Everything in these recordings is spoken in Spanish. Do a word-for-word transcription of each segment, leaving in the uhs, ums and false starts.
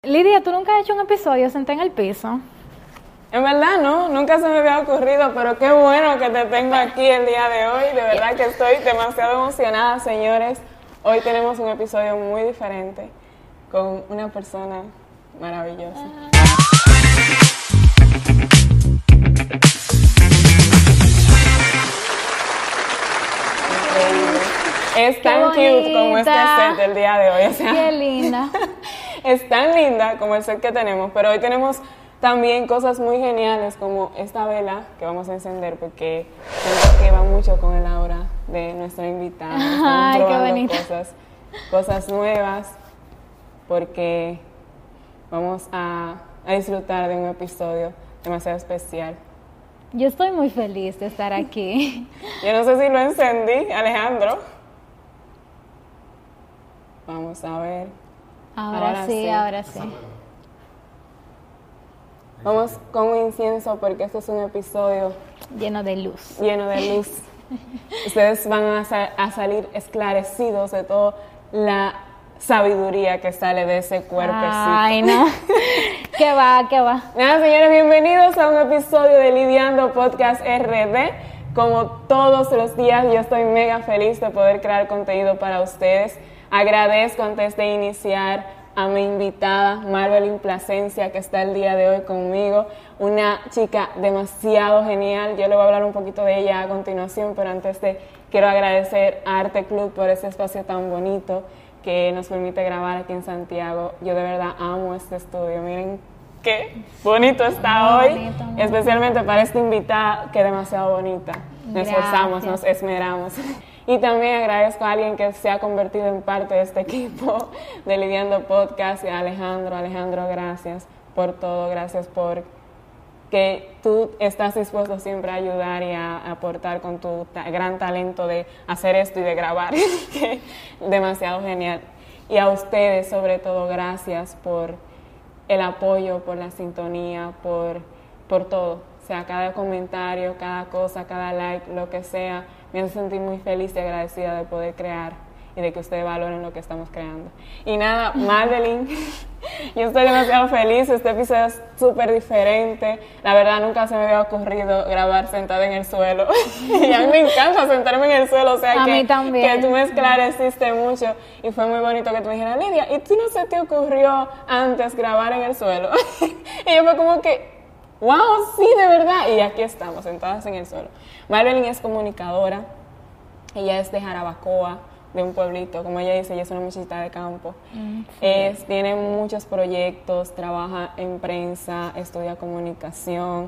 Lidia, ¿tú nunca has hecho un episodio sentada en el piso? En verdad no, nunca se me había ocurrido, pero qué bueno que te tengo aquí el día de hoy. De verdad que estoy demasiado emocionada, señores. Hoy tenemos un episodio muy diferente con una persona maravillosa. Increíble. Es tan cute como este set del día de hoy. O sea, qué linda. Es tan linda como el set que tenemos, pero hoy tenemos también cosas muy geniales como esta vela que vamos a encender porque siento que va mucho con el aura de nuestra invitada. Estamos Ay, probando qué bonito. cosas, cosas nuevas porque vamos a, a disfrutar de un episodio demasiado especial. Yo estoy muy feliz de estar aquí. Yo no sé si lo encendí, Alejandro. Vamos a ver. Ahora, Ahora sí, sí. ahora sí. Vamos con un incienso porque este es un episodio Lleno de luz. lleno de luz. Ustedes van a, sa- a salir esclarecidos de toda la sabiduría que sale de ese cuerpecito. Ay, no. ¿Qué va, qué va? Nada, señores, bienvenidos a un episodio de Lidiando Podcast R D. Como todos los días, yo estoy mega feliz de poder crear contenido para ustedes. Agradezco antes de iniciar a mi invitada, Marvelyn Plasencia, que está el día de hoy conmigo. Una chica demasiado genial. Yo le voy a hablar un poquito de ella a continuación, pero antes de, quiero agradecer a Arte Club por ese espacio tan bonito que nos permite grabar aquí en Santiago. Yo de verdad amo este estudio. Miren qué bonito está Muy hoy, bonito, muy especialmente para esta invitada que es demasiado bonita. Nos esforzamos, Gracias. nos esmeramos. Y también agradezco a alguien que se ha convertido en parte de este equipo de Lidiando Podcast, y a Alejandro. Alejandro, gracias por todo, gracias por que tú estás dispuesto siempre a ayudar y a aportar con tu ta- gran talento de hacer esto y de grabar, que es demasiado genial. Y a ustedes, sobre todo, gracias por el apoyo, por la sintonía, por, por todo. O sea, cada comentario, cada cosa, cada like, lo que sea, me hace sentir muy feliz y agradecida de poder crear y de que ustedes valoren lo que estamos creando. Y nada, Marvelyn, yo estoy demasiado feliz, este episodio es súper diferente. La verdad, nunca se me había ocurrido grabar sentada en el suelo. Y a mí me encanta sentarme en el suelo, o sea, A que, mí también. que tú me esclareciste mucho y fue muy bonito que tú me dijeras, Lidia, ¿y tú no se te ocurrió antes grabar en el suelo? Y yo fue como que, wow, sí, de verdad. Y aquí estamos, sentadas en el suelo. Marvelyn es comunicadora, ella es de Jarabacoa, de un pueblito, como ella dice, ella es una muchachita de campo. Mm, sí. Es, tiene muchos proyectos, trabaja en prensa, estudia comunicación,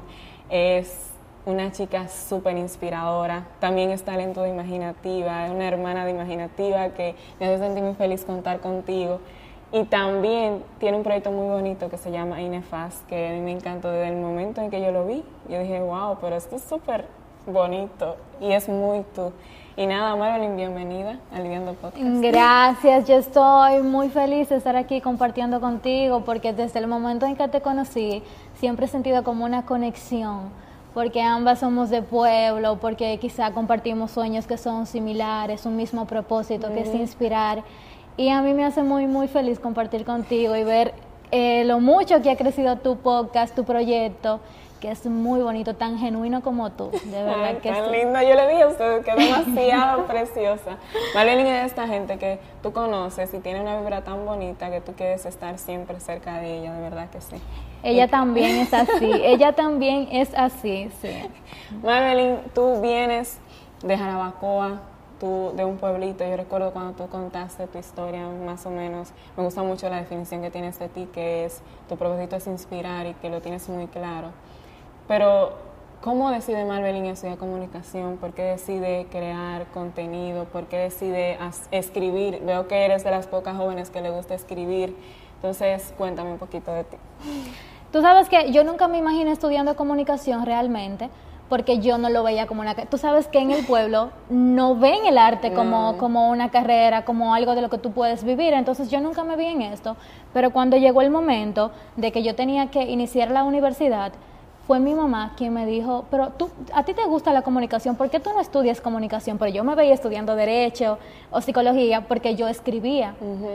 es una chica súper inspiradora, también es talento de imaginativa, es una hermana de imaginativa que me hace sentir muy feliz contar contigo. Y también tiene un proyecto muy bonito que se llama Inefaz, que a mí me encantó desde el momento en que yo lo vi. Yo dije, wow, pero esto es súper bonito y es muy tú. Y nada, Marvelyn, bienvenida a Lidiando Podcast. Gracias, yo estoy muy feliz de estar aquí compartiendo contigo porque desde el momento en que te conocí siempre he sentido como una conexión porque ambas somos de pueblo, porque quizá compartimos sueños que son similares, un mismo propósito que es inspirar y a mí me hace muy muy feliz compartir contigo y ver eh, lo mucho que ha crecido tu podcast, tu proyecto, que es muy bonito, tan genuino como tú, de verdad. Ay, que tan sí. linda, yo le dije a ustedes que es demasiado preciosa. Marvelyn es de esta gente que tú conoces y tiene una vibra tan bonita que tú quieres estar siempre cerca de ella, de verdad que sí. Ella también es así, ella también es así, sí. Marvelyn, tú vienes de Jarabacoa, tú de un pueblito. Yo recuerdo cuando tú contaste tu historia, más o menos. Me gusta mucho la definición que tienes de ti, que es tu propósito es inspirar y que lo tienes muy claro. Pero, ¿cómo decide Marvelyn estudiar comunicación? ¿Por qué decide crear contenido? ¿Por qué decide as- escribir? Veo que eres de las pocas jóvenes que le gusta escribir. Entonces, cuéntame un poquito de ti. Tú sabes que yo nunca me imaginé estudiando comunicación realmente, porque yo no lo veía como una... ca- Tú sabes que en el pueblo no ven el arte como, No. como una carrera, como algo de lo que tú puedes vivir, entonces yo nunca me vi en esto. Pero cuando llegó el momento de que yo tenía que iniciar la universidad, fue mi mamá quien me dijo, pero tú, a ti te gusta la comunicación, ¿por qué tú no estudias comunicación? Pero yo me veía estudiando Derecho o Psicología porque yo escribía. Uh-huh.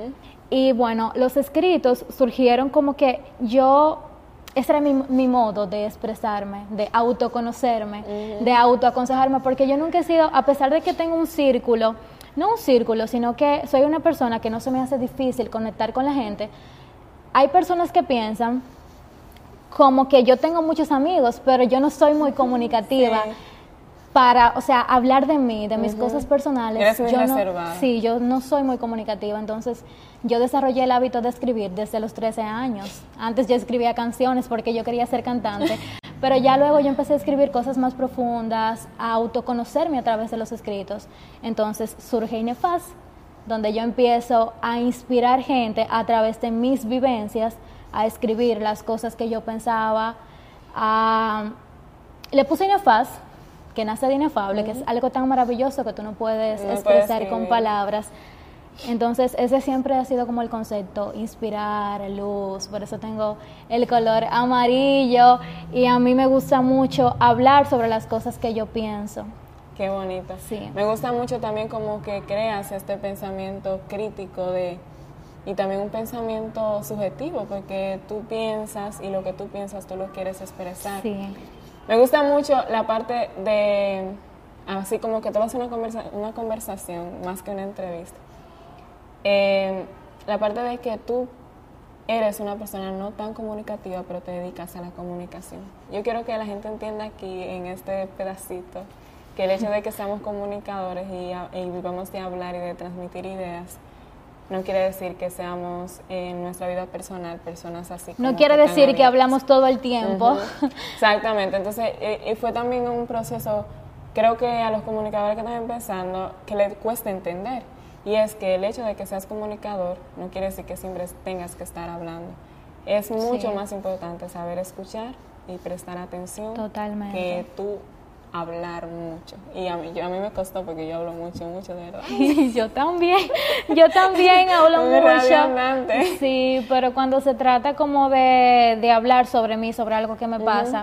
Y bueno, los escritos surgieron como que yo, ese era mi, mi modo de expresarme, de autoconocerme, uh-huh. de autoaconsejarme, porque yo nunca he sido, a pesar de que tengo un círculo, no un círculo, sino que soy una persona que no se me hace difícil conectar con la gente. Hay personas que piensan como que yo tengo muchos amigos, pero yo no soy muy comunicativa. Sí. Para, o sea, hablar de mí, de mis uh-huh. cosas personales. Eres muy yo reservada. No, sí, yo no soy muy comunicativa, entonces yo desarrollé el hábito de escribir desde los trece años. Antes yo escribía canciones porque yo quería ser cantante, pero ya luego yo empecé a escribir cosas más profundas, a autoconocerme a través de los escritos. Entonces surge Inefaz, donde yo empiezo a inspirar gente a través de mis vivencias, a escribir las cosas que yo pensaba. A... Le puse Inefaz, que nace de inefable, uh-huh. que es algo tan maravilloso que tú no puedes no expresar puedes con palabras. Entonces, ese siempre ha sido como el concepto, inspirar, luz, por eso tengo el color amarillo y a mí me gusta mucho hablar sobre las cosas que yo pienso. Qué bonito. Sí. Me gusta mucho también como que creas este pensamiento crítico de y también un pensamiento subjetivo, porque tú piensas y lo que tú piensas tú lo quieres expresar. Sí. Me gusta mucho la parte de, así como que te vas a una, conversa, una conversación más que una entrevista. Eh, la parte de que tú eres una persona no tan comunicativa, pero te dedicas a la comunicación. Yo quiero que la gente entienda aquí, en este pedacito, que el hecho de que seamos comunicadores y, y vivamos de hablar y de transmitir ideas, no quiere decir que seamos en nuestra vida personal personas así como no quiere que decir que hablamos todo el tiempo. Uh-huh. Exactamente, entonces y, y fue también un proceso, creo que a los comunicadores que están empezando, que les cuesta entender, y es que el hecho de que seas comunicador no quiere decir que siempre tengas que estar hablando. Es mucho sí. más importante saber escuchar y prestar atención. Totalmente. Que tú hablar mucho, y a mí, yo, a mí me costó porque yo hablo mucho, mucho de verdad. Yo también, yo también hablo Muy mucho. Radiante. Sí, pero cuando se trata como de, de hablar sobre mí, sobre algo que me uh-huh. pasa,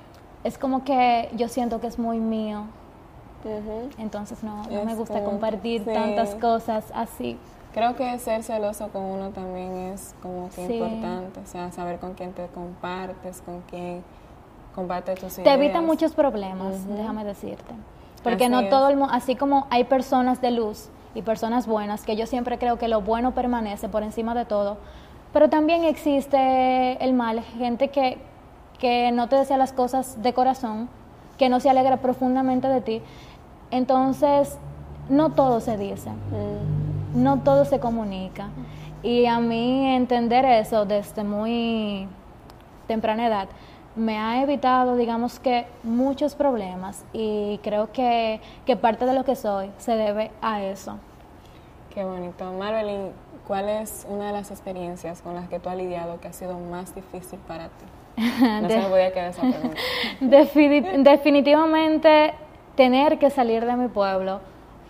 es como que yo siento que es muy mío. Uh-huh. Entonces no, no me gusta como, compartir sí. tantas cosas así. Creo que ser celoso con uno también es como que sí. importante, o sea, saber con quién te compartes, con quién comparte tus ideas. Te evita muchos problemas, uh-huh. déjame decirte. Porque así no es. Todo el mundo, así como hay personas de luz y personas buenas, que yo siempre creo que lo bueno permanece por encima de todo, pero también existe el mal, gente que, que no te desea las cosas de corazón, que no se alegra profundamente de ti. Entonces, no todo se dice, uh-huh. no todo se comunica. Y a mí entender eso desde muy temprana edad, me ha evitado, digamos que, muchos problemas, y creo que, que parte de lo que soy se debe a eso. Qué bonito. Marvelyn, ¿cuál es una de las experiencias con las que tú has lidiado que ha sido más difícil para ti? No de, se me podía quedar esa pregunta. Defini- definitivamente, tener que salir de mi pueblo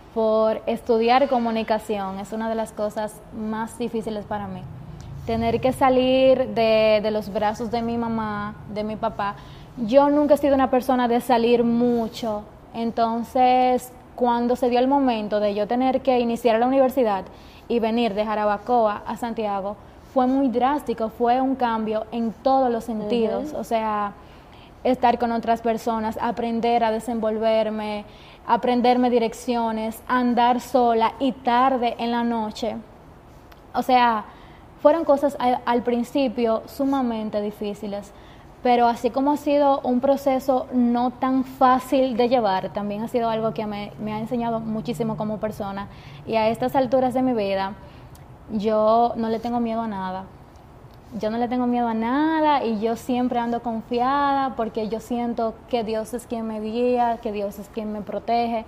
por estudiar comunicación es una de las cosas más difíciles para mí. Tener que salir de, de los brazos de mi mamá, de mi papá. Yo nunca he sido una persona de salir mucho. Entonces, cuando se dio el momento de yo tener que iniciar la universidad y venir de Jarabacoa a Santiago, fue muy drástico, fue un cambio en todos los sentidos. Uh-huh. O sea, estar con otras personas, aprender a desenvolverme, aprenderme direcciones, andar sola y tarde en la noche. O sea, fueron cosas al, al principio sumamente difíciles, pero así como ha sido un proceso no tan fácil de llevar, también ha sido algo que me, me ha enseñado muchísimo como persona, y a estas alturas de mi vida yo no le tengo miedo a nada. Yo no le tengo miedo a nada y yo siempre ando confiada porque yo siento que Dios es quien me guía, que Dios es quien me protege.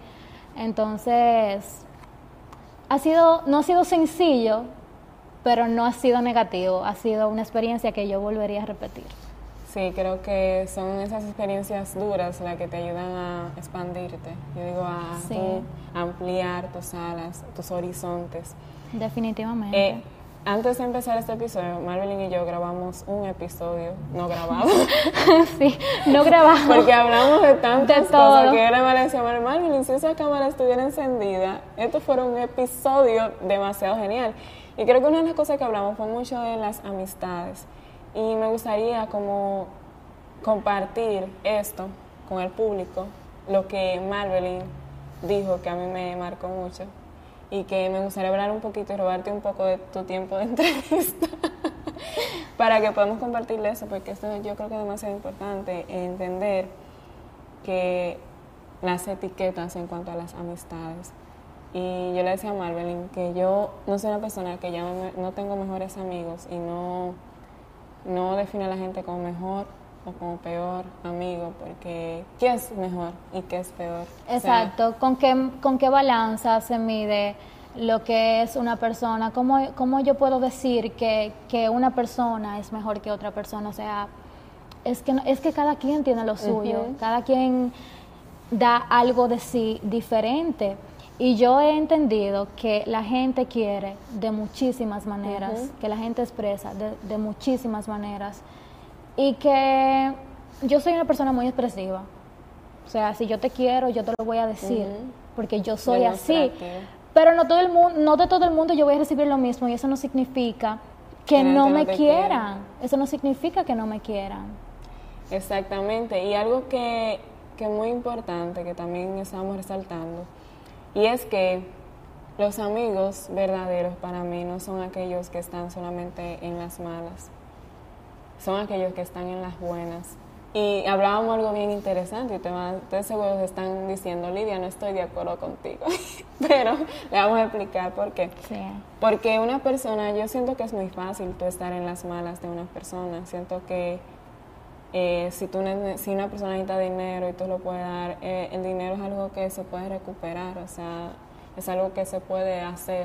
Entonces, ha sido, no ha sido sencillo, pero no ha sido negativo, ha sido una experiencia que yo volvería a repetir. Sí, creo que son esas experiencias duras las que te ayudan a expandirte, yo digo a sí. tú, ampliar tus alas, tus horizontes. Definitivamente. Eh, antes de empezar este episodio, Marvelyn y yo grabamos un episodio, no grabado. Sí, no grabamos. Porque hablamos de tantas de cosas todo. que era me decía, Marvelyn, si esa cámara estuviera encendida, esto fuera un episodio demasiado genial. Y creo que una de las cosas que hablamos fue mucho de las amistades. Y me gustaría como compartir esto con el público, lo que Marvelyn dijo, que a mí me marcó mucho. Y que me gustaría hablar un poquito y robarte un poco de tu tiempo de entrevista para que podamos compartirle eso, porque esto yo creo que es demasiado importante, entender que las etiquetas en cuanto a las amistades. Y yo le decía a Marvelyn que yo no soy una persona que ya me, no tengo mejores amigos y no, no defino a la gente como mejor o como peor amigo, porque ¿qué es mejor y qué es peor? Exacto, o sea, ¿con qué, con qué balanza se mide lo que es una persona? ¿Cómo, cómo yo puedo decir que, que una persona es mejor que otra persona? O sea, es que, es que cada quien tiene lo suyo, uh-huh. cada quien da algo de sí diferente. Y yo he entendido que la gente quiere de muchísimas maneras, uh-huh. que la gente expresa de, de muchísimas maneras. Y que yo soy una persona muy expresiva. O sea, si yo te quiero, yo te lo voy a decir, uh-huh. porque yo soy así. Pero no todo el mundo, no de todo el mundo yo voy a recibir lo mismo, y eso no significa que no me no quieran. Quiere. Eso no significa que no me quieran. Exactamente. Y algo que, que es muy importante, que también estamos resaltando, y es que los amigos verdaderos para mí no son aquellos que están solamente en las malas, son aquellos que están en las buenas. Y hablábamos algo bien interesante, y te van, ustedes seguro se están diciendo, Lidia, no estoy de acuerdo contigo, pero le vamos a explicar por qué. Sí. Porque una persona, yo siento que es muy fácil tú estar en las malas de una persona, siento que eh, si, tú, si una persona necesita dinero y tú lo puedes dar, eh, el dinero es algo que se puede recuperar, o sea, es algo que se puede hacer,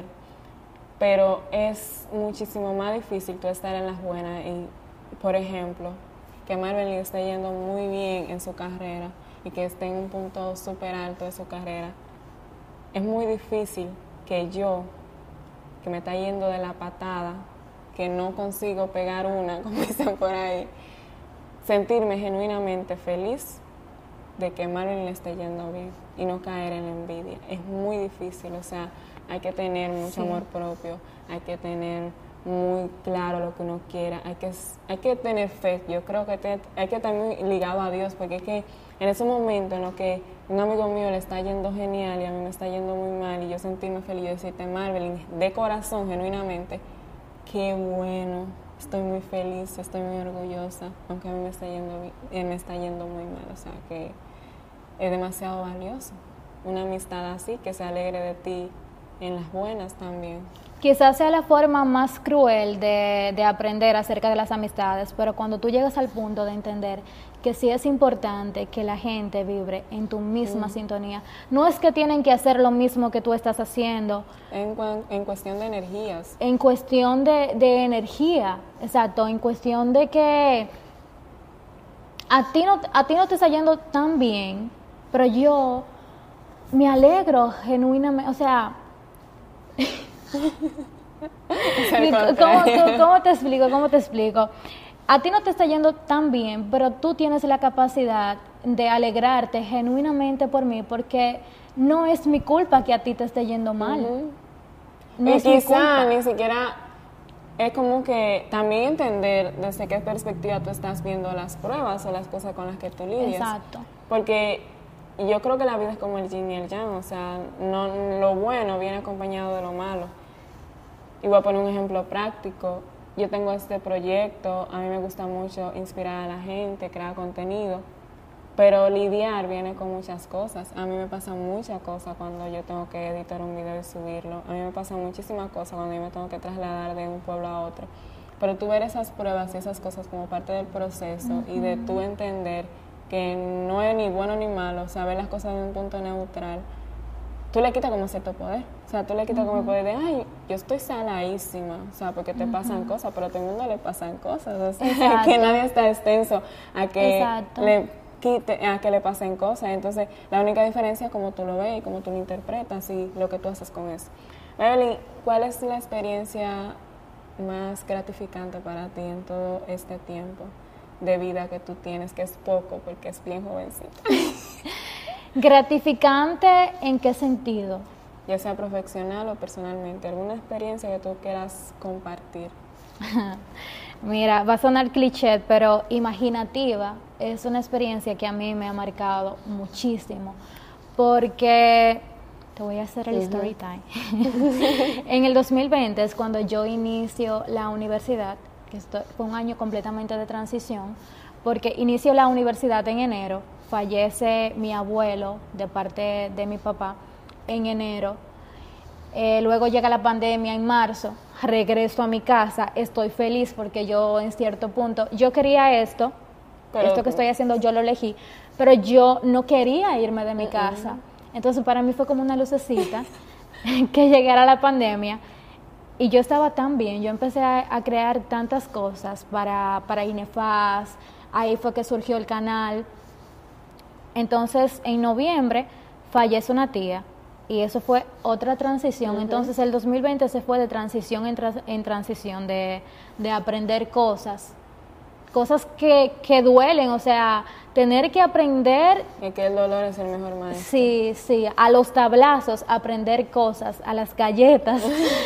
pero es muchísimo más difícil tú estar en las buenas. Y por ejemplo, que Marvelyn esté yendo muy bien en su carrera y que esté en un punto súper alto de su carrera, es muy difícil que yo, que me está yendo de la patada, que no consigo pegar una, como dicen por ahí, sentirme genuinamente feliz de que Marvelyn le esté yendo bien y no caer en la envidia. Es muy difícil, o sea, hay que tener mucho sí. amor propio, hay que tener muy claro lo que uno quiera, hay que, hay que tener fe. Yo creo que te, hay que también ligado a Dios, porque es que en ese momento en lo que un amigo mío le está yendo genial y a mí me está yendo muy mal, y yo sentirme feliz y decirte, Marvelyn, de corazón, genuinamente, qué bueno, estoy muy feliz, estoy muy orgullosa, aunque a mí me está yendo, me está yendo muy mal. O sea que es demasiado valioso una amistad así, que se alegre de ti en las buenas también. Quizás sea la forma más cruel de, de aprender acerca de las amistades, pero cuando tú llegas al punto de entender que sí es importante que la gente vibre en tu misma mm. sintonía, no es que tienen que hacer lo mismo que tú estás haciendo. En, en cuestión de energías. En cuestión de, de energía, exacto, en cuestión de que a ti, no, a ti no te está yendo tan bien, pero yo me alegro genuinamente, o sea... ¿Cómo, cómo, ¿Cómo te explico? ¿Cómo te explico? A ti no te está yendo tan bien, pero tú tienes la capacidad de alegrarte genuinamente por mí, porque no es mi culpa que a ti te esté yendo mal. Uh-huh. No y es mi culpa. quizá ni siquiera es como que también entender desde qué perspectiva tú estás viendo las pruebas o las cosas con las que tú lidias. Exacto. Porque yo creo que la vida es como el yin y el yang, o sea, no, lo bueno viene acompañado de lo malo. Y voy a poner un ejemplo práctico. Yo tengo este proyecto, a mí me gusta mucho inspirar a la gente, crear contenido, pero lidiar viene con muchas cosas. A mí me pasan muchas cosas cuando yo tengo que editar un video y subirlo. A mí me pasan muchísimas cosas cuando yo me tengo que trasladar de un pueblo a otro. Pero tú ver esas pruebas y esas cosas como parte del proceso, uh-huh. y de tú entender que no es ni bueno ni malo, o sea, ver las cosas de un punto neutral, tú le quitas como cierto poder. O sea, tú le quitas uh-huh. como el poder de, ay, yo estoy sanadísima, o sea, porque te uh-huh. pasan cosas, pero a todo el mundo le pasan cosas. O sea, que nadie está extenso a que Exacto. le quite, a que le pasen cosas. Entonces, la única diferencia es cómo tú lo ves y cómo tú lo interpretas y lo que tú haces con eso. Marvelyn, ¿cuál es la experiencia más gratificante para ti en todo este tiempo de vida que tú tienes, que es poco porque es bien jovencita? ¿Gratificante en qué sentido? ya sea profesional o personalmente? ¿Alguna experiencia que tú quieras compartir? Mira, va a sonar cliché, pero imaginativa es una experiencia que a mí me ha marcado muchísimo, porque te voy a hacer el uh-huh. story time. En el dos mil veinte es cuando yo inicio la universidad, que esto fue un año completamente de transición, porque inicio la universidad en enero, fallece mi abuelo de parte de mi papá en enero, eh, luego llega la pandemia en marzo, regreso a mi casa, estoy feliz porque yo en cierto punto, yo quería esto, pero esto que estoy haciendo yo lo elegí, pero yo no quería irme de mi uh-uh. casa. Entonces para mí fue como una lucecita que llegara la pandemia y yo estaba tan bien, yo empecé a, a crear tantas cosas para, para INEFAS, ahí fue que surgió el canal. Entonces en noviembre fallece una tía y eso fue otra transición. Uh-huh. Entonces el dos mil veinte se fue de transición en, tra- en transición, de, de aprender cosas, cosas que, que duelen, o sea, tener que aprender... Y que el dolor es el mejor maestro. Sí, sí, a los tablazos, aprender cosas, a las galletas.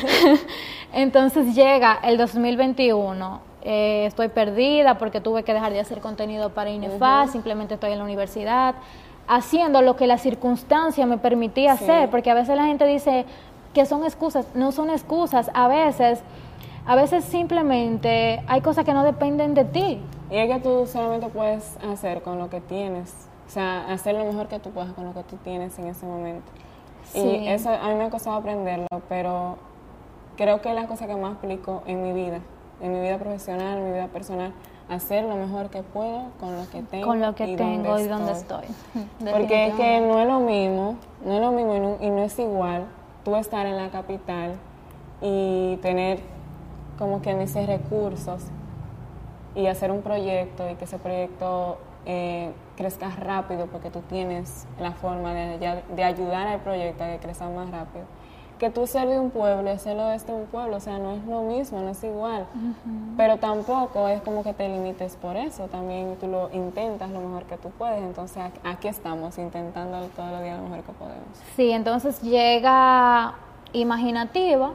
Entonces llega el dos mil veintiuno, eh, estoy perdida porque tuve que dejar de hacer contenido para INEFAS, uh-huh. simplemente estoy en la universidad, haciendo lo que la circunstancia me permitía sí. hacer, porque a veces la gente dice que son excusas, no son excusas, a veces... A veces simplemente hay cosas que no dependen de ti. Y es que tú solamente puedes hacer con lo que tienes. O sea, hacer lo mejor que tú puedas con lo que tú tienes en ese momento. Sí. Y eso a mí me ha costado aprenderlo, pero creo que es la cosa que más aplico en mi vida. En mi vida profesional, en mi vida personal. Hacer lo mejor que puedo con lo que tengo. Con lo que y tengo donde y donde estoy. estoy. Porque es que no es lo mismo, no es lo mismo y no, y no es igual tú estar en la capital y tener... como quien dice recursos y hacer un proyecto y que ese proyecto eh, crezca rápido porque tú tienes la forma de, de ayudar al proyecto a que crezca más rápido, que tú ser de un pueblo y hacerlo desde un pueblo, o sea, no es lo mismo, no es igual, uh-huh. pero tampoco es como que te limites por eso, también tú lo intentas lo mejor que tú puedes, entonces aquí estamos intentando todos los días lo mejor que podemos. Sí, entonces llega imaginativa,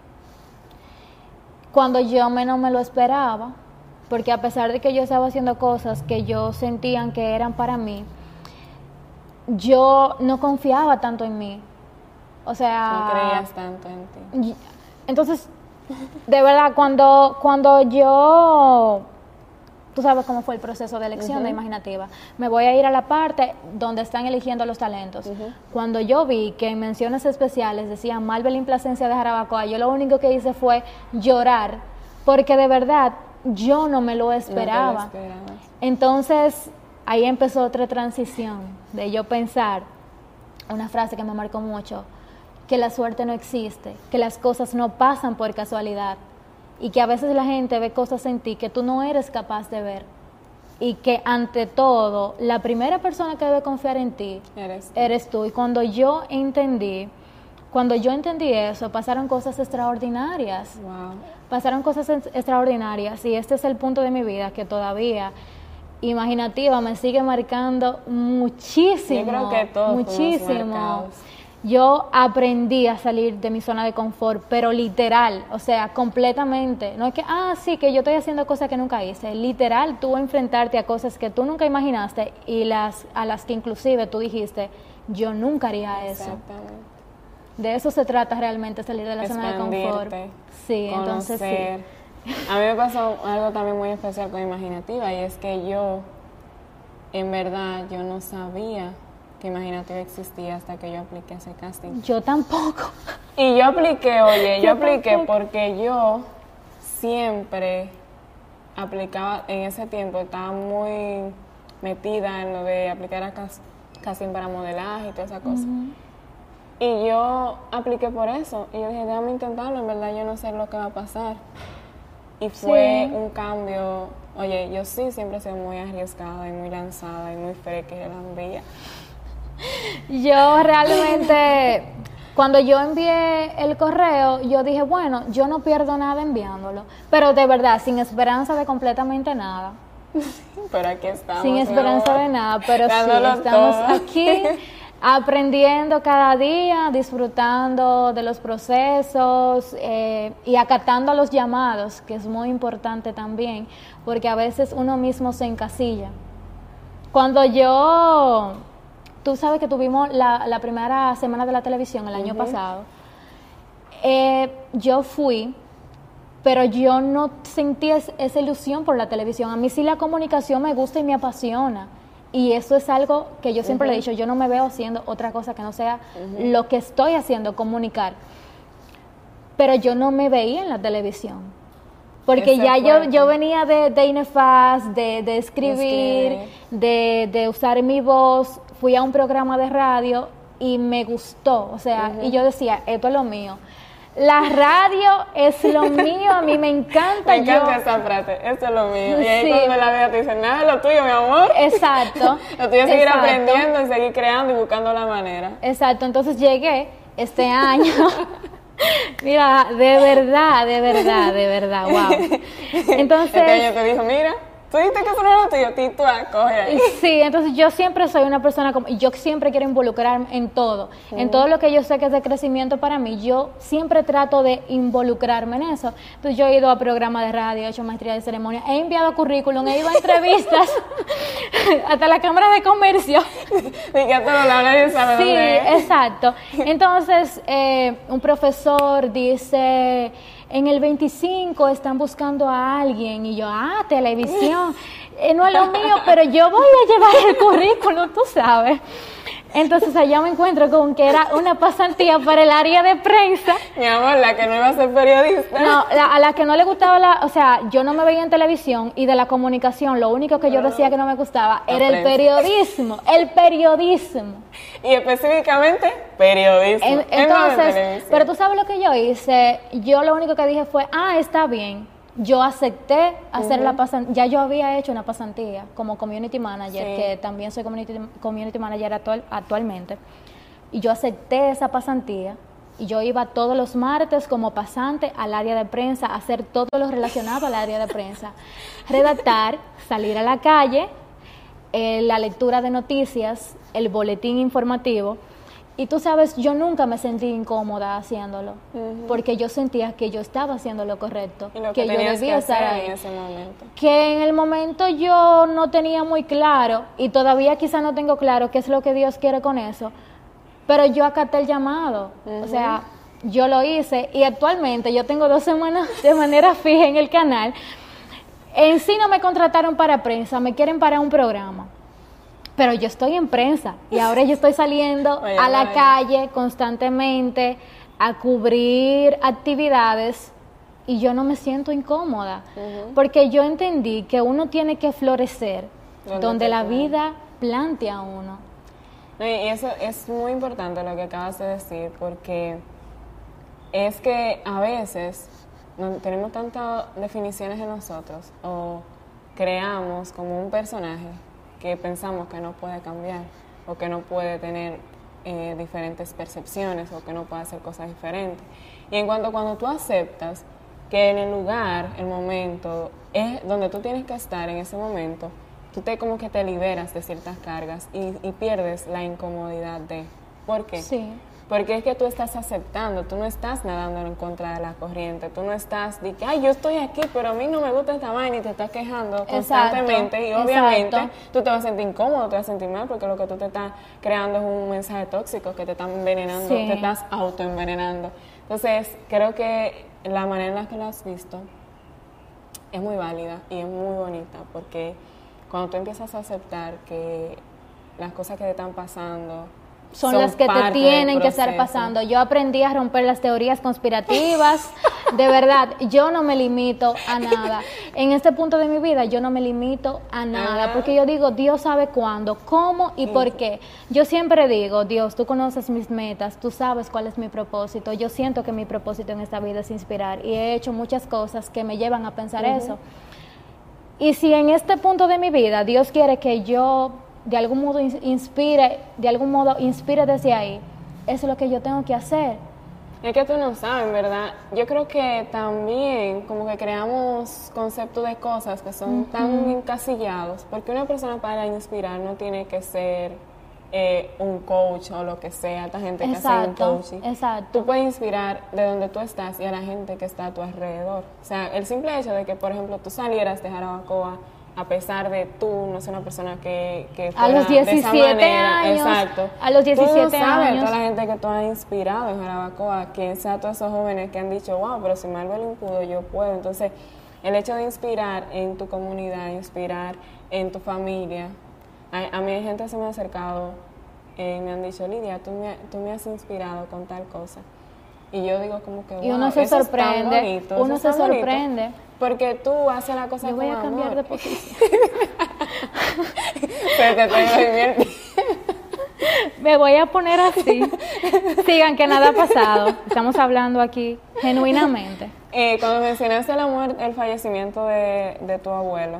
cuando yo menos me lo esperaba, porque a pesar de que yo estaba haciendo cosas que yo sentía que eran para mí, yo no confiaba tanto en mí. O sea... No creías tanto en ti. Entonces, de verdad, cuando, cuando yo... Tú sabes cómo fue el proceso de elección uh-huh. de Imaginativa. Me voy a ir a la parte donde están eligiendo los talentos. Uh-huh. Cuando yo vi que en menciones especiales decían Malvelin Plasencia de Jarabacoa, yo lo único que hice fue llorar, porque de verdad yo no me lo esperaba. No te lo esperabas. Entonces, ahí empezó otra transición de yo pensar, una frase que me marcó mucho, que la suerte no existe, que las cosas no pasan por casualidad. Y que a veces la gente ve cosas en ti que tú no eres capaz de ver. Y que ante todo, la primera persona que debe confiar en ti eres tú. eres tú. Y cuando yo entendí, cuando yo entendí eso, pasaron cosas extraordinarias. Wow. Pasaron cosas extraordinarias. Y este es el punto de mi vida que todavía Imaginativa me sigue marcando muchísimo. Yo creo que todos muchísimo. Yo aprendí a salir de mi zona de confort, pero literal, o sea, completamente. No es que, ah, sí, que yo estoy haciendo cosas que nunca hice. Literal, tú enfrentarte a cosas que tú nunca imaginaste y las a las que inclusive tú dijiste, yo nunca haría eso. Exactamente. De eso se trata realmente, salir de la zona de confort. Sí, entonces sí. A mí me pasó algo también muy especial con Imaginativa, y es que yo, en verdad, yo no sabía que Imaginativa existía hasta que yo apliqué ese casting. Yo tampoco. Y yo apliqué, oye, yo, yo apliqué tampoco. Porque yo siempre aplicaba, en ese tiempo estaba muy metida en lo de aplicar a cas- casting para modelaje y toda esa cosa. Uh-huh. Y yo apliqué por eso, y yo dije, déjame intentarlo, en verdad yo no sé lo que va a pasar. Y fue sí. un cambio, oye, yo sí siempre he sido muy arriesgada y muy lanzada y muy freca y relambía. Yo realmente, cuando yo envié el correo, yo dije, bueno, yo no pierdo nada enviándolo, pero de verdad, sin esperanza de completamente nada. Pero aquí estamos. Sin esperanza de nada, pero sí, estamos todo. aquí aprendiendo cada día, disfrutando de los procesos eh, y acatando los llamados, que es muy importante también, porque a veces uno mismo se encasilla. Cuando yo, tú sabes que tuvimos la, la primera semana de la televisión el año uh-huh. pasado, eh, yo fui, pero yo no sentí es, esa ilusión por la televisión. A mí sí la comunicación me gusta y me apasiona. Y eso es algo que yo siempre uh-huh. le he dicho, yo no me veo haciendo otra cosa que no sea uh-huh. lo que estoy haciendo, comunicar. Pero yo no me veía en la televisión. Porque Ese ya yo, yo venía de, de INEFAS, de, de escribir, de, de usar mi voz, fui a un programa de radio y me gustó. O sea, uh-huh. y yo decía, esto es lo mío. La radio es lo mío, a mí me encanta. Me encanta yo, esa frase, esto es lo mío. Y ahí sí. cuando la vida te dice, nada es lo tuyo, mi amor. Exacto. Lo tuyo es seguir Exacto. aprendiendo y seguir creando y buscando la manera. Exacto, entonces llegué este año. Mira, de verdad, de verdad, de verdad, wow. Entonces, este año te dijo, mira, tú dijiste que eso no era lo tuyo, tú coge ahí. Sí, entonces yo siempre soy una persona como, yo siempre quiero involucrarme en todo, uh-huh. en todo lo que yo sé que es de crecimiento para mí, yo siempre trato de involucrarme en eso. Entonces yo he ido a programas de radio, he hecho maestría de ceremonia, he enviado currículum, he ido a entrevistas, hasta la Cámara de Comercio. Y que a todos lados nadie sabe Sí, dónde es. Exacto. Entonces, eh, un profesor dice, en el veinticinco están buscando a alguien, y yo, ah, televisión, eh, no es lo mío, pero yo voy a llevar el currículum, tú sabes. Entonces allá me encuentro con que era una pasantía para el área de prensa. Mi amor, la que no iba a ser periodista. No, la, a la que no le gustaba la, o sea, yo no me veía en televisión y de la comunicación, lo único que yo decía que no me gustaba la era prensa. El periodismo, el periodismo. Y específicamente, periodismo. En, entonces, pero tú sabes lo que yo hice, yo lo único que dije fue, ah, está bien. Yo acepté hacer uh-huh. la pasantía, ya yo había hecho una pasantía como community manager, sí. que también soy community, community manager actual, actualmente, y yo acepté esa pasantía, y yo iba todos los martes como pasante al área de prensa, a hacer todo lo relacionado al área de prensa, redactar, salir a la calle, eh, la lectura de noticias, el boletín informativo. Y tú sabes, yo nunca me sentí incómoda haciéndolo, uh-huh. porque yo sentía que yo estaba haciendo lo correcto, y lo que, que yo debía que estar ahí. En ese momento. Que en el momento yo no tenía muy claro, y todavía quizá no tengo claro qué es lo que Dios quiere con eso, pero yo acaté el llamado, uh-huh. o sea, yo lo hice, y actualmente yo tengo dos semanas de manera fija en el canal. En sí no me contrataron para prensa, me quieren para un programa. Pero yo estoy en prensa y ahora yo estoy saliendo oye, a la oye. calle constantemente a cubrir actividades y yo no me siento incómoda, uh-huh. porque yo entendí que uno tiene que florecer donde, donde la vida plantea a uno. Y eso es muy importante lo que acabas de decir, porque es que a veces no, tenemos tantas definiciones de nosotros o creamos como un personaje que pensamos que no puede cambiar o que no puede tener eh, diferentes percepciones o que no puede hacer cosas diferentes. Y en cuanto cuando tú aceptas que en el lugar, el momento, es donde tú tienes que estar en ese momento, tú te como que te liberas de ciertas cargas y, y pierdes la incomodidad de... ¿Por qué? Sí. Porque es que tú estás aceptando, tú no estás nadando en contra de la corriente, tú no estás de que, ay, yo estoy aquí, pero a mí no me gusta esta vaina y te estás quejando constantemente. Exacto, y obviamente exacto. tú te vas a sentir incómodo, te vas a sentir mal, porque lo que tú te estás creando es un mensaje tóxico que te está envenenando, sí. te estás autoenvenenando. Entonces, creo que la manera en la que lo has visto es muy válida y es muy bonita, porque cuando tú empiezas a aceptar que las cosas que te están pasando son, son las que te tienen que estar pasando. Yo aprendí a romper las teorías conspirativas. De verdad, yo no me limito a nada. En este punto de mi vida, yo no me limito a nada. Ajá. Porque yo digo, Dios sabe cuándo, cómo y por qué. Yo siempre digo, Dios, tú conoces mis metas, tú sabes cuál es mi propósito. Yo siento que mi propósito en esta vida es inspirar. Y he hecho muchas cosas que me llevan a pensar uh-huh. eso. Y si en este punto de mi vida, Dios quiere que yo... de algún modo inspire, de algún modo inspire desde ahí, eso es lo que yo tengo que hacer. Es que tú no sabes, ¿verdad? Yo creo que también como que creamos conceptos de cosas que son uh-huh. tan encasillados, porque una persona para inspirar no tiene que ser eh, un coach o lo que sea, esta gente que Exacto, hace un coaching. exacto. Tú puedes inspirar de donde tú estás y a la gente que está a tu alrededor. O sea, el simple hecho de que, por ejemplo, tú salieras de Jarabacoa a pesar de tú no ser una persona que, que A los fuera de esa diecisiete manera. años, Exacto. a los diecisiete tú no sabes años. toda la gente que tú has inspirado en Jarabacoa, quien sea todos esos jóvenes que han dicho, wow, pero si Marvelyn pudo, yo puedo. Entonces, el hecho de inspirar en tu comunidad, inspirar en tu familia. A, a mí hay gente que se me ha acercado y me han dicho, Lidia, tú me, tú me has inspirado con tal cosa. Y yo digo como que, wow, Y uno se eso sorprende, es tan bonito, uno eso es se tan bonito, sorprende. porque tú haces la cosa Yo con voy a cambiar amor. de posición. Pero te estoy divirtiendo. Me voy a poner así. Sigan que nada ha pasado. Estamos hablando aquí genuinamente. Eh, cuando mencionaste la muerte, el fallecimiento de, de tu abuelo,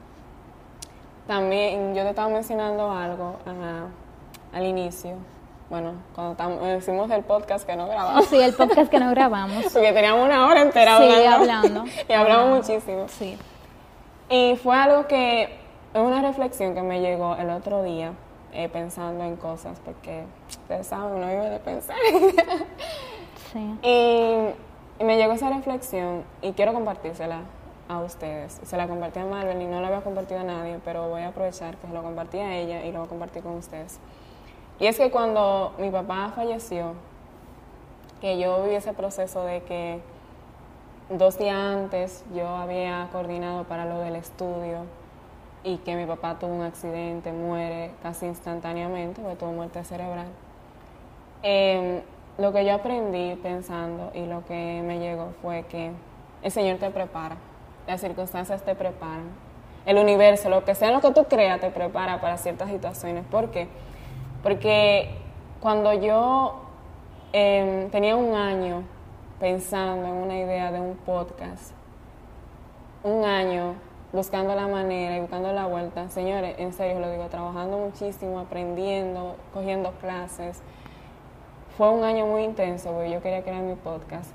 también yo te estaba mencionando algo ajá, al inicio. Bueno, cuando tam- hicimos el podcast que no grabamos. Sí, el podcast que no grabamos. Porque teníamos una hora entera Sí, hablando. hablando. Y hablamos Hablando. muchísimo. Sí. Y fue algo que, es una reflexión que me llegó el otro día, eh, pensando en cosas, porque ustedes saben, uno vive de pensar. Sí. y, y me llegó esa reflexión y quiero compartírsela a ustedes. Se la compartí a Marvel y no la había compartido a nadie, pero voy a aprovechar que se lo compartí a ella y lo voy a compartir con ustedes. Y es que cuando mi papá falleció, que yo viví ese proceso de que dos días antes yo había coordinado para lo del estudio y que mi papá tuvo un accidente, muere casi instantáneamente, porque tuvo muerte cerebral. Eh, lo que yo aprendí pensando y lo que me llegó fue que el Señor te prepara, las circunstancias te preparan, el universo, lo que sea lo que tú creas, te prepara para ciertas situaciones. ¿Por qué? Porque cuando yo eh, tenía un año pensando en una idea de un podcast, un año buscando la manera y buscando la vuelta, señores, en serio lo digo, trabajando muchísimo, aprendiendo, cogiendo clases. Fue un año muy intenso porque yo quería crear mi podcast.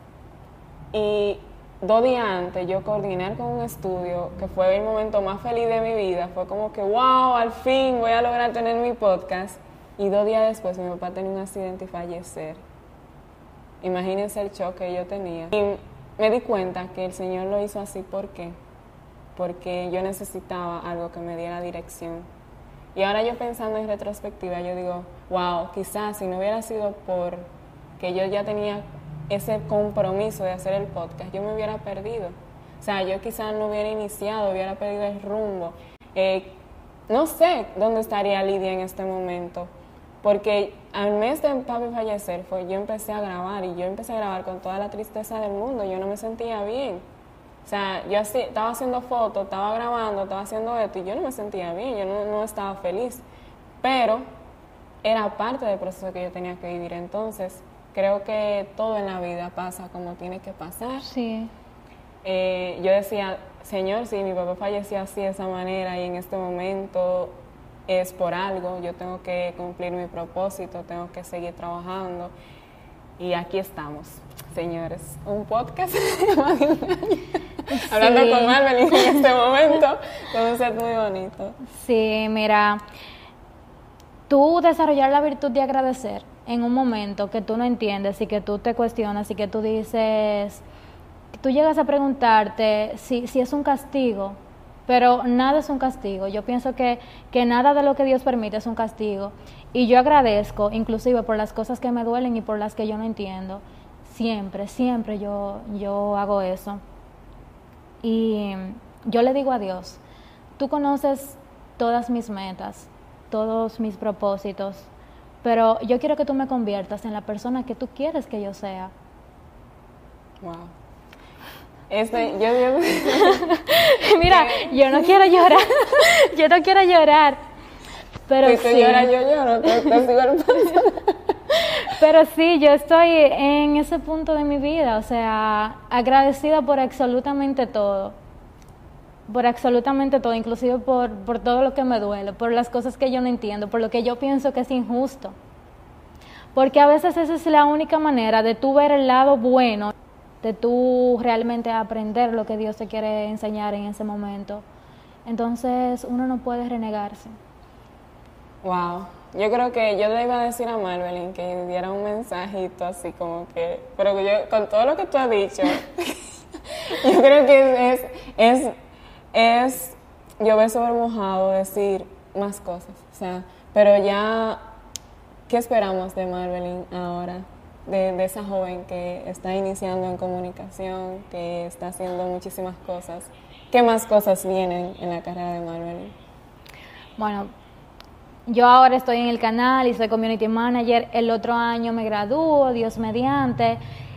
Y dos días antes yo coordinar con un estudio, que fue el momento más feliz de mi vida, fue como que wow, al fin voy a lograr tener mi podcast. Y dos días después mi papá tenía un accidente y fallecer. Imagínense el shock que yo tenía. Y me di cuenta que el Señor lo hizo así, ¿por qué? Porque yo necesitaba algo que me diera dirección. Y ahora yo pensando en retrospectiva, yo digo, wow, quizás si no hubiera sido por que yo ya tenía ese compromiso de hacer el podcast, yo me hubiera perdido. O sea, yo quizás no hubiera iniciado, hubiera perdido el rumbo. Eh, no sé dónde estaría Lidia en este momento. Porque al mes de papi fallecer, fue, yo empecé a grabar y yo empecé a grabar con toda la tristeza del mundo. Yo no me sentía bien. O sea, yo así, estaba haciendo fotos, estaba grabando, estaba haciendo esto y yo no me sentía bien, yo no, no estaba feliz. Pero era parte del proceso que yo tenía que vivir. Entonces, creo que todo en la vida pasa como tiene que pasar. Sí. Eh, yo decía, Señor, si mi papá falleció así de esa manera y en este momento es por algo, yo tengo que cumplir mi propósito, tengo que seguir trabajando y aquí estamos, señores, un podcast de más de un año, sí. Hablando con Marvelyn en este momento, con un set muy bonito. Sí, mira, tú desarrollar la virtud de agradecer en un momento que tú no entiendes y que tú te cuestionas y que tú dices, tú llegas a preguntarte si, si es un castigo. Pero nada es un castigo. Yo pienso que, que nada de lo que Dios permite es un castigo. Y yo agradezco, inclusive por las cosas que me duelen y por las que yo no entiendo. Siempre, siempre yo, yo hago eso. Y yo le digo a Dios, tú conoces todas mis metas, todos mis propósitos, pero yo quiero que tú me conviertas en la persona que tú quieres que yo sea. Wow. Este, yo, yo... Mira, yo no quiero llorar, yo no quiero llorar, pero si sí. tú lloras, yo lloro, te, te sigo el paso. Pero sí, yo estoy en ese punto de mi vida, o sea, agradecida por absolutamente todo, por absolutamente todo, inclusive por, por todo lo que me duele, por las cosas que yo no entiendo, por lo que yo pienso que es injusto, porque a veces esa es la única manera de tú ver el lado bueno, de tú realmente aprender lo que Dios te quiere enseñar en ese momento. Entonces uno no puede renegarse. Wow, Yo creo que yo le iba a decir a Marvelyn que diera un mensajito así como que, pero yo con todo lo que tú has dicho, yo creo que es, es, es llover sobre mojado decir más cosas, o sea, pero ya, ¿qué esperamos de Marvelyn ahora? De, de esa joven que está iniciando en comunicación, que está haciendo muchísimas cosas. ¿Qué más cosas vienen en la carrera de Marvelyn? Bueno, yo ahora estoy en el canal y soy community manager. El otro año me gradúo, Dios mediante.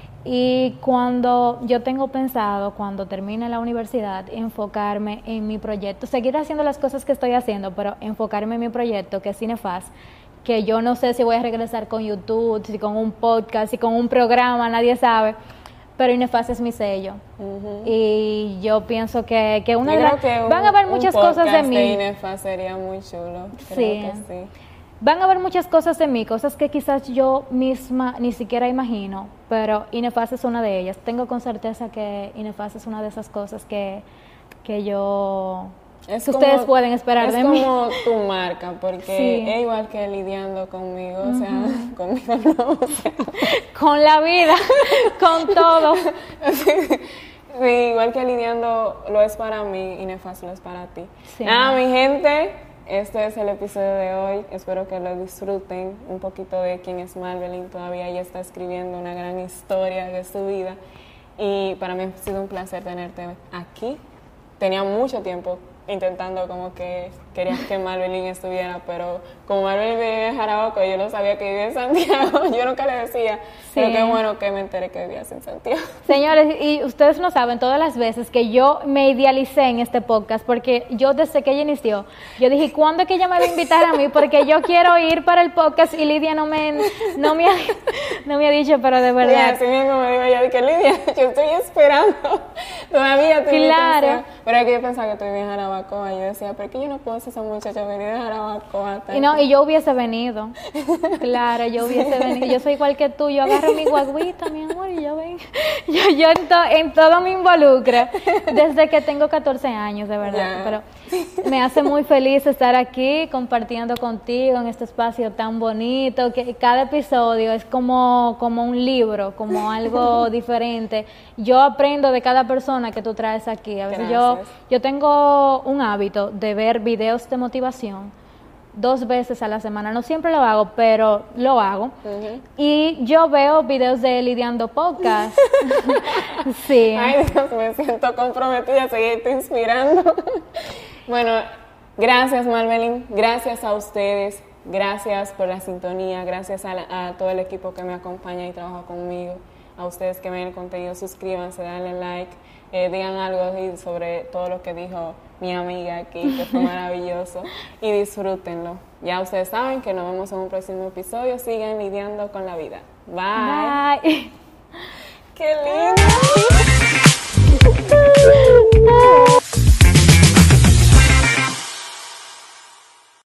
Y cuando yo tengo pensado, cuando termine la universidad, enfocarme en mi proyecto, seguir haciendo las cosas que estoy haciendo, pero enfocarme en mi proyecto, que es Cinefaz, que yo no sé si voy a regresar con YouTube, si con un podcast, si con un programa, nadie sabe, pero Cinefaz es mi sello. Uh-huh. Y yo pienso que, que una yo de las... que un, van a haber muchas cosas de mí. De Cinefaz sería muy chulo. Creo sí. que sí. Van a haber muchas cosas de mí, cosas que quizás yo misma ni siquiera imagino, pero Cinefaz es una de ellas. Tengo con certeza que Cinefaz es una de esas cosas que, que yo... Es que como, ustedes pueden esperar de mí. Es como tu marca, porque sí. Es igual que lidiando conmigo, uh-huh. o sea, conmigo no, o sea. Con la vida, con todo. Sí, sí, igual que lidiando lo es para mí, Cinefaz lo es para ti. Sí. Nada, mi gente, este es el episodio de hoy. Espero que lo disfruten un poquito de quién es Marvelyn. Todavía ella está escribiendo una gran historia de su vida. Y para mí ha sido un placer tenerte aquí. Tenía mucho tiempo intentando como que quería que Marvelyn estuviera, pero como Marvelyn vive en Jarabacoa, yo no sabía que vivía en Santiago, yo nunca le decía, sí. Pero qué bueno que me enteré que vivías en Santiago. Señores, y ustedes no saben todas las veces que yo me idealicé en este podcast, porque yo desde que ella inició, yo dije, ¿cuándo es que ella me va a invitar a mí? Porque yo quiero ir para el podcast y Lidia no me, no me, ha, no me ha dicho, pero de verdad. Sí, así mismo me digo ella, que Lidia, yo estoy esperando todavía tu Claro. invitación. Pero es que yo pensaba que tú vivías en Jarabacoa, yo decía, ¿pero qué yo no puedo hacer esa muchacha venir de Jarabacoa? Y no, y yo hubiese venido, claro, yo hubiese venido, yo soy igual que tú, yo agarro mi guaguita, mi amor, y yo ven, yo, yo en, to, en todo me involucro, desde que tengo catorce años, de verdad, yeah. Pero me hace muy feliz estar aquí compartiendo contigo en este espacio tan bonito, que cada episodio es como, como un libro, como algo diferente. Yo aprendo de cada persona que tú traes aquí. A veces yo, yo tengo un hábito de ver videos de motivación dos veces a la semana. No siempre lo hago, pero lo hago. Uh-huh. Y yo veo videos de Lidiando Podcast. Sí. Ay, Dios, me siento comprometida a seguirte inspirando. Bueno, gracias Marvelyn, gracias a ustedes, gracias por la sintonía, gracias a, la, a todo el equipo que me acompaña y trabaja conmigo, a ustedes que ven el contenido, suscríbanse, denle like, eh, digan algo sobre todo lo que dijo mi amiga aquí, que fue maravilloso, y disfrútenlo. Ya ustedes saben que nos vemos en un próximo episodio, sigan lidiando con la vida. Bye. Bye. ¡Qué lindo!